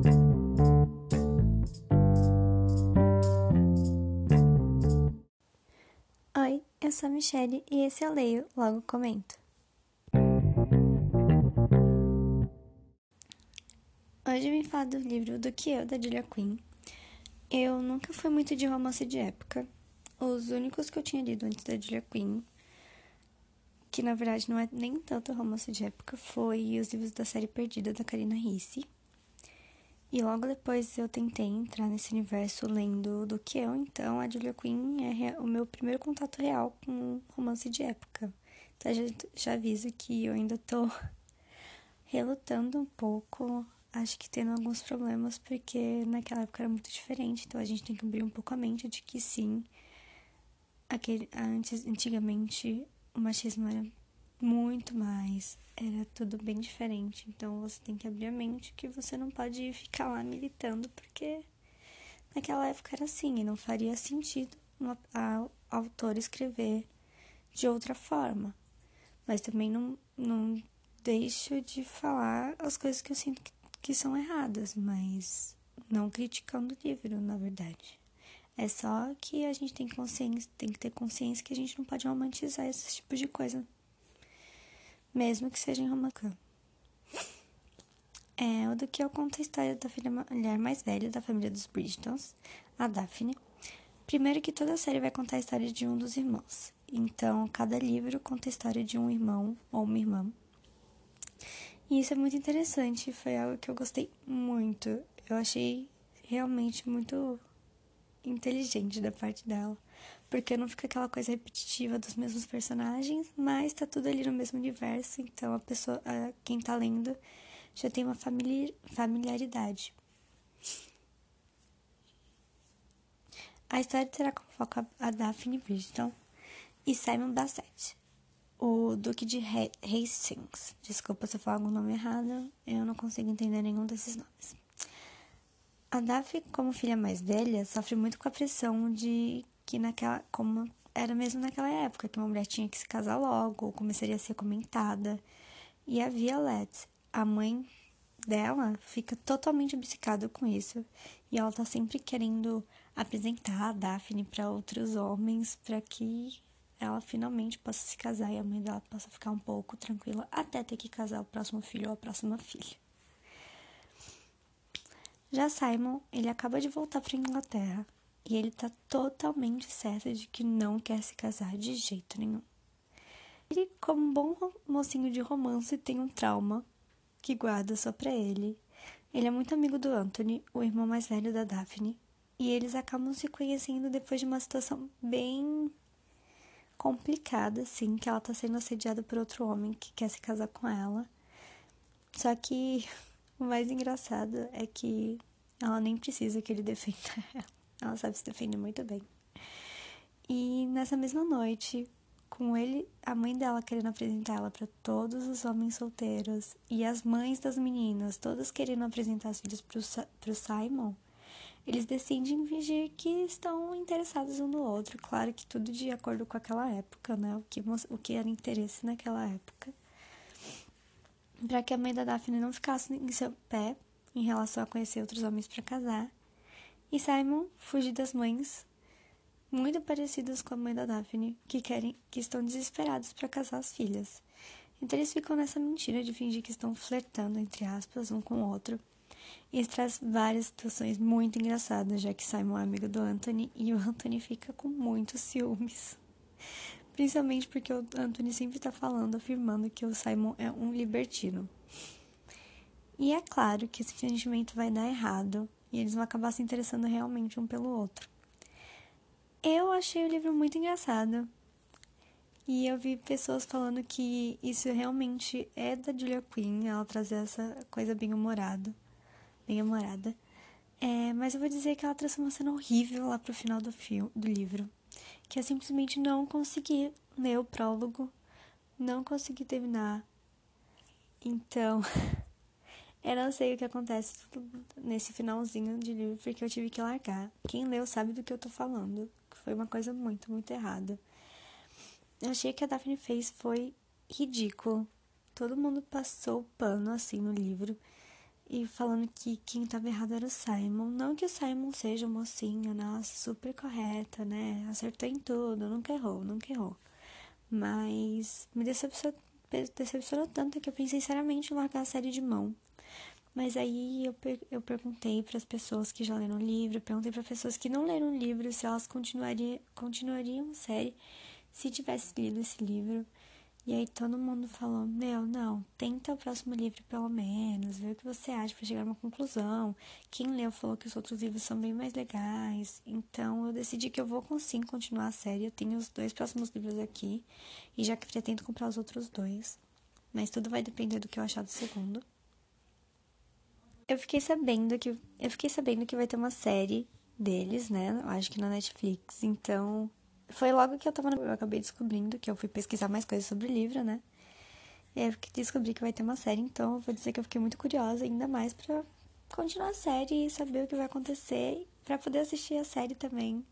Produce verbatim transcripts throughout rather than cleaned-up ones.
Oi, eu sou a Michelle e esse eu leio, logo comento. Hoje eu vim falar do livro Do Que Eu, da Julia Quinn. Eu nunca fui muito de romance de época. Os únicos que eu tinha lido antes da Julia Quinn, que na verdade não é nem tanto romance de época, foi os livros da série Perdida, da Karina Ricci. E logo depois eu tentei entrar nesse universo lendo Do Que Eu, então a Julia Quinn é o meu primeiro contato real com romance de época. Então já, já aviso que eu ainda tô relutando um pouco, acho que tendo alguns problemas, porque naquela época era muito diferente, então a gente tem que abrir um pouco a mente de que sim, aquele, antes, antigamente o machismo era muito mais, era tudo bem diferente, então você tem que abrir a mente que você não pode ficar lá militando, porque naquela época era assim, e não faria sentido uma, a, a autora escrever de outra forma, mas também não, não deixo de falar as coisas que eu sinto que, que são erradas, mas não criticando o livro, na verdade. É só que a gente tem consciência, tem que ter consciência que a gente não pode romantizar esse tipo de coisa, mesmo que seja em romance. É, o Do Que Eu conta a história da filha mulher mais velha da família dos Bridgertons, a Daphne. Primeiro que toda a série vai contar a história de um dos irmãos. Então, cada livro conta a história de um irmão ou uma irmã. E isso é muito interessante, foi algo que eu gostei muito. Eu achei realmente muito inteligente da parte dela, porque não fica aquela coisa repetitiva dos mesmos personagens, mas tá tudo ali no mesmo universo, então a pessoa, a, quem tá lendo já tem uma familiaridade. A história terá como foco a Daphne Bridgerton e Simon Basset, o Duque de Hastings. Desculpa se eu falar algum nome errado, eu não consigo entender nenhum desses nomes. A Daphne, como filha mais velha, sofre muito com a pressão de que naquela, como era mesmo naquela época, que uma mulher tinha que se casar logo, ou começaria a ser comentada. E a Violet, a mãe dela, fica totalmente obcecada com isso. E ela tá sempre querendo apresentar a Daphne para outros homens, para que ela finalmente possa se casar e a mãe dela possa ficar um pouco tranquila até ter que casar o próximo filho ou a próxima filha. Já Simon, ele acaba de voltar para Inglaterra e ele tá totalmente certo de que não quer se casar de jeito nenhum. Ele, como um bom mocinho de romance, tem um trauma que guarda só pra ele. Ele é muito amigo do Anthony, o irmão mais velho da Daphne, e eles acabam se conhecendo depois de uma situação bem complicada, assim, que ela tá sendo assediada por outro homem que quer se casar com ela. Só que o mais engraçado é que ela nem precisa que ele defenda ela. Ela sabe se defender muito bem. E nessa mesma noite, com ele, a mãe dela querendo apresentar ela para todos os homens solteiros e as mães das meninas, todas querendo apresentar as filhas para o Simon, eles decidem fingir que estão interessados um no outro. Claro que tudo de acordo com aquela época, né? O que, o que era interesse naquela época. Para que a mãe da Daphne não ficasse em seu pé em relação a conhecer outros homens para casar. E Simon fugir das mães muito parecidas com a mãe da Daphne, que querem, que estão desesperados para casar as filhas. Então eles ficam nessa mentira de fingir que estão flertando, entre aspas, um com o outro. E isso traz várias situações muito engraçadas, já que Simon é amigo do Anthony e o Anthony fica com muitos ciúmes. Principalmente porque o Anthony sempre está falando, afirmando que o Simon é um libertino. E é claro que esse fingimento vai dar errado e eles vão acabar se interessando realmente um pelo outro. Eu achei o livro muito engraçado. E eu vi pessoas falando que isso realmente é da Julia Quinn, ela trazer essa coisa bem humorada. Bem humorada. É, mas eu vou dizer que ela trouxe uma cena horrível lá pro final do, filme, do livro. Que eu simplesmente não consegui ler o prólogo, não consegui terminar. Então, eu não sei o que acontece nesse finalzinho de livro, porque eu tive que largar. Quem leu sabe do que eu tô falando, que foi uma coisa muito, muito errada. Eu achei que a Daphne fez foi ridículo. Todo mundo passou o pano assim no livro. e falando que quem tava errado era o Simon. Não que o Simon seja um mocinho, nossa, super correta, né? Acertou em tudo, nunca errou, nunca errou. Mas me decepcionou, decepcionou tanto que eu pensei seriamente em largar a série de mão. Mas aí eu, per- eu perguntei para as pessoas que já leram o livro, perguntei para pessoas que não leram o livro se elas continuariam, continuariam a série se tivesse lido esse livro. E aí todo mundo falou, meu, não, tenta o próximo livro pelo menos, vê o que você acha pra chegar a uma conclusão. Quem leu falou que os outros livros são bem mais legais. Então eu decidi que eu vou sim continuar a série. Eu tenho os dois próximos livros aqui e já que pretendo comprar os outros dois. Mas tudo vai depender do que eu achar do segundo. Eu fiquei sabendo que eu fiquei sabendo que vai ter uma série deles, né? Eu acho que na Netflix. Então, foi logo que eu tava, eu acabei descobrindo que eu fui pesquisar mais coisas sobre o livro, né? E aí eu descobri que vai ter uma série, então eu vou dizer que eu fiquei muito curiosa, ainda mais pra continuar a série e saber o que vai acontecer, pra poder assistir a série também.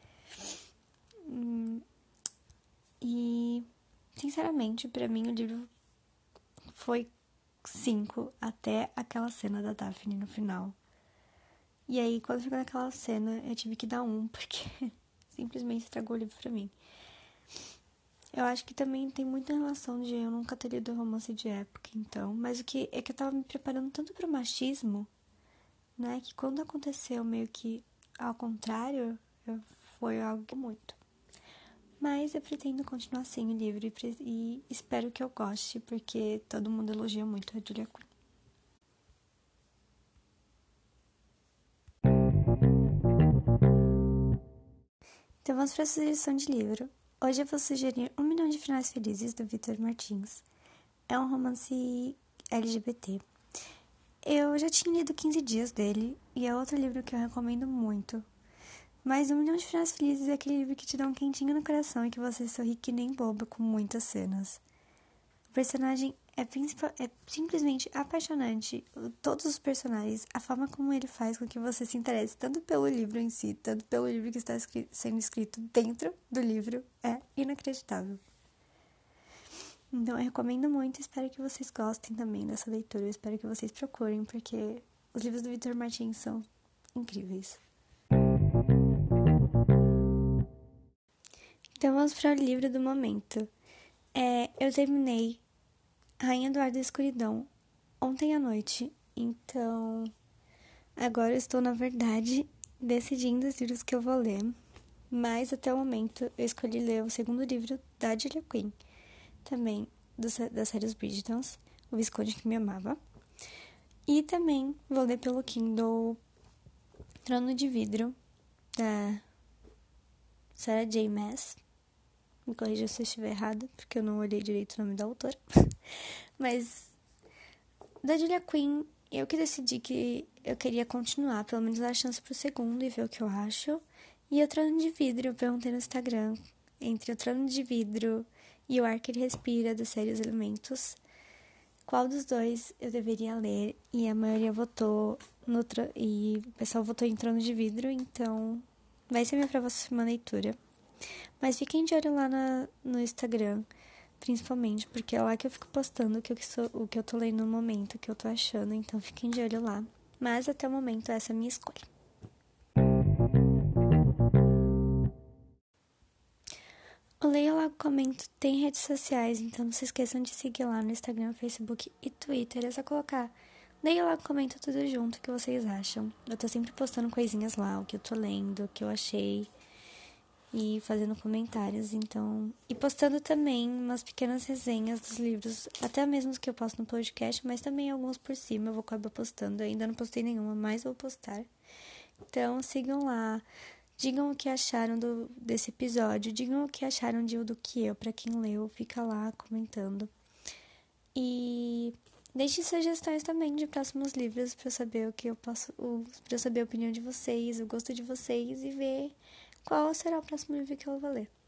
Hum, e, sinceramente, pra mim o livro foi cinco até aquela cena da Daphne no final. E aí, quando chegou naquela cena, eu tive que dar um, porque simplesmente estragou o livro pra mim. Eu acho que também tem muita relação de eu nunca ter lido romance de época, então. Mas o que é que eu tava me preparando tanto pro machismo, né? Que quando aconteceu meio que ao contrário, eu, foi algo muito. Mas eu pretendo continuar sem o livro e, e espero que eu goste, porque todo mundo elogia muito a Julia Quinn. Então vamos para a sugestão de livro. Hoje eu vou sugerir Um Milhão de Finais Felizes, do Victor Martins. É um romance L G B T. Eu já tinha lido quinze dias dele, e é outro livro que eu recomendo muito. Mas Um Milhão de Finais Felizes é aquele livro que te dá um quentinho no coração e que você sorri que nem boba com muitas cenas. O personagem é, é simplesmente apaixonante. Todos os personagens, a forma como ele faz com que você se interesse tanto pelo livro em si, tanto pelo livro que está escrito, sendo escrito dentro do livro, é inacreditável. Então eu recomendo muito, espero que vocês gostem também dessa leitura, eu espero que vocês procurem, porque os livros do Victor Martins são incríveis. Então vamos para o livro do momento. É, eu terminei Rainha do Ar da Escuridão ontem à noite, então agora eu estou, na verdade, decidindo os livros que eu vou ler, mas até o momento eu escolhi ler o segundo livro da Julia Quinn, também do, da série Os Bridgertons, O Visconde que Me Amava, e também vou ler pelo Kindle Trono de Vidro, da Sarah J. Maas. Me corrija se eu estiver errada, porque eu não olhei direito o nome da autora. Mas da Julia Quinn, eu que decidi que eu queria continuar, pelo menos dar a chance pro segundo e ver o que eu acho. E o Trono de Vidro, eu perguntei no Instagram, entre o Trono de Vidro e O Ar que Ele Respira, da série Os Elementos, qual dos dois eu deveria ler. E a maioria votou no tro... e o pessoal votou em Trono de Vidro, então vai ser minha próxima leitura. Mas fiquem de olho lá na, no Instagram, principalmente, porque é lá que eu fico postando o que eu, sou, o que eu tô lendo no momento, o que eu tô achando, então fiquem de olho lá. Mas até o momento essa é a minha escolha. O Leia Lá Comento tem redes sociais, então não se esqueçam de seguir lá no Instagram, Facebook e Twitter. É só colocar Leia Lá Comento tudo junto, o que vocês acham. Eu tô sempre postando coisinhas lá, o que eu tô lendo, o que eu achei, e fazendo comentários, então... E postando também umas pequenas resenhas dos livros, até mesmo os que eu posto no podcast, mas também alguns por cima eu vou acabar postando. Eu ainda não postei nenhuma, mas vou postar. Então, sigam lá. Digam o que acharam do, desse episódio. Digam o que acharam de do que eu, pra quem leu. Fica lá comentando. E... deixe sugestões também de próximos livros pra eu saber o que eu posso... pra eu saber a opinião de vocês, o gosto de vocês e ver... qual será o próximo livro que eu vou ler.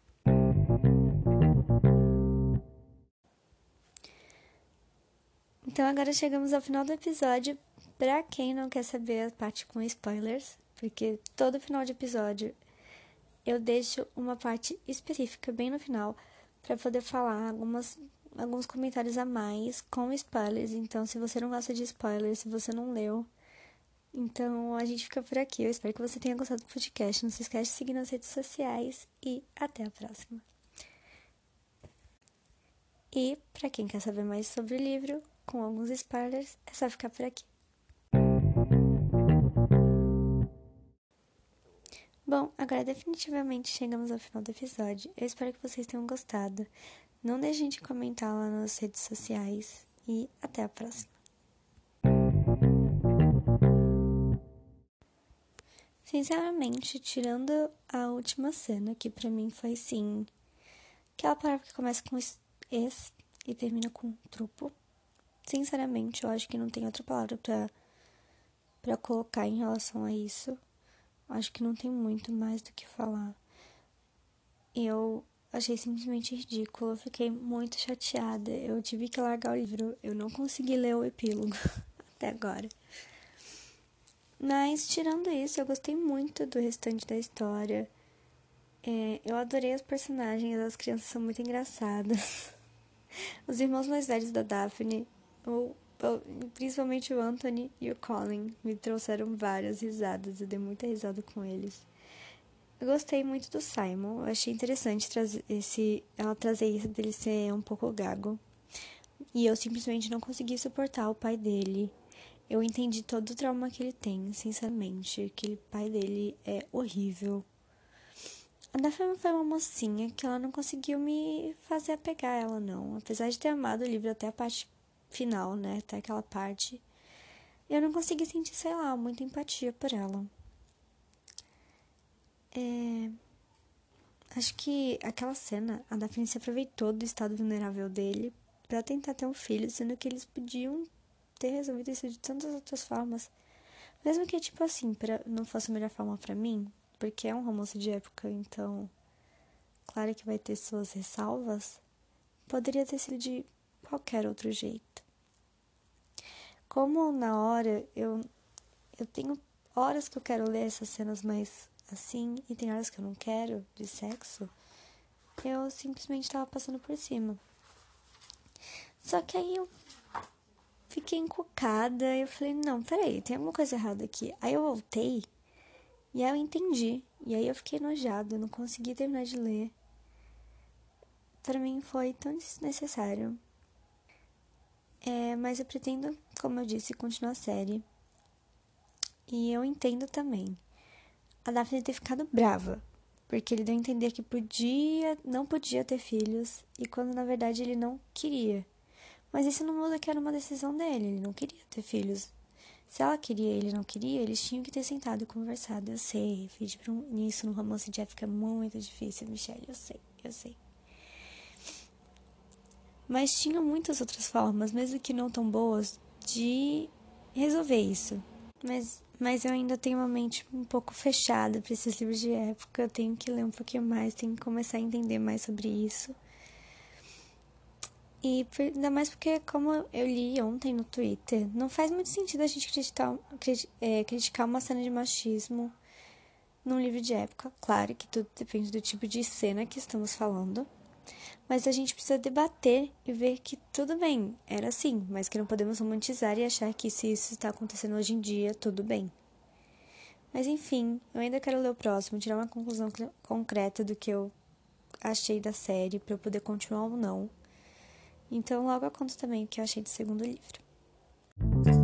Então agora chegamos ao final do episódio. Pra quem não quer saber a parte com spoilers, porque todo final de episódio eu deixo uma parte específica bem no final pra poder falar algumas alguns comentários a mais com spoilers, então se você não gosta de spoilers, se você não leu, então a gente fica por aqui. Eu espero que você tenha gostado do podcast. Não se esquece de seguir nas redes sociais e até a próxima. E para quem quer saber mais sobre o livro, com alguns spoilers, é só ficar por aqui. Bom, agora definitivamente chegamos ao final do episódio. Eu espero que vocês tenham gostado. Não deixem de comentar lá nas redes sociais e até a próxima. Sinceramente, tirando a última cena, que pra mim foi sim, aquela palavra que começa com es e termina com trupo. Sinceramente, eu acho que não tem outra palavra pra, pra colocar em relação a isso. Acho que não tem muito mais do que falar. Eu achei simplesmente ridículo, eu fiquei muito chateada. Eu tive que largar o livro, eu não consegui ler o epílogo até agora. Mas, tirando isso, eu gostei muito do restante da história. É, eu adorei os personagens, as crianças são muito engraçadas. Os irmãos mais velhos da Daphne, ou, ou, principalmente o Anthony e o Colin, me trouxeram várias risadas. Eu dei muita risada com eles. Eu gostei muito do Simon. Eu achei interessante trazer esse, ela trazer isso dele ser um pouco gago. E eu simplesmente não consegui suportar o pai dele. Eu entendi todo o trauma que ele tem, sinceramente. Aquele pai dele é horrível. A Daphne foi uma mocinha que ela não conseguiu me fazer apegar ela, não. Apesar de ter amado o livro até a parte final, né? Até aquela parte. Eu não consegui sentir, sei lá, muita empatia por ela. É... Acho que aquela cena, a Daphne se aproveitou do estado vulnerável dele pra tentar ter um filho, sendo que eles podiam ter resolvido isso de tantas outras formas. Mesmo que, tipo assim, pra, não fosse a melhor forma pra mim, porque é um romance de época, então, claro que vai ter suas ressalvas, poderia ter sido de qualquer outro jeito. Como na hora, eu, eu tenho horas que eu quero ler essas cenas mais assim, e tem horas que eu não quero, de sexo, eu simplesmente tava passando por cima. Só que aí eu fiquei encucada e eu falei, não, peraí, tem alguma coisa errada aqui. Aí eu voltei e aí eu entendi. E aí eu fiquei enojada, eu não consegui terminar de ler. Pra mim foi tão desnecessário. É, mas eu pretendo, como eu disse, continuar a série. E eu entendo também a Daphne ter ficado brava. Porque ele deu a entender que podia, não podia ter filhos. E quando na verdade ele não queria. Mas isso não muda que era uma decisão dele. Ele não queria ter filhos. Se ela queria e ele não queria, eles tinham que ter sentado e conversado. Eu sei, pedir pra um, isso no romance de época é muito difícil, Michelle. Eu sei, eu sei. Mas tinha muitas outras formas, mesmo que não tão boas, de resolver isso. Mas, mas eu ainda tenho uma mente um pouco fechada para esses livros de época. Eu tenho que ler um pouquinho mais, tenho que começar a entender mais sobre isso. E por, ainda mais porque, como eu li ontem no Twitter, não faz muito sentido a gente criticar, é, criticar uma cena de machismo num livro de época. Claro que tudo depende do tipo de cena que estamos falando. Mas a gente precisa debater e ver que tudo bem, era assim, mas que não podemos romantizar e achar que se isso está acontecendo hoje em dia, tudo bem. Mas enfim, eu ainda quero ler o próximo, tirar uma conclusão concreta do que eu achei da série, para eu poder continuar ou não. Então logo eu conto também o que eu achei do segundo livro.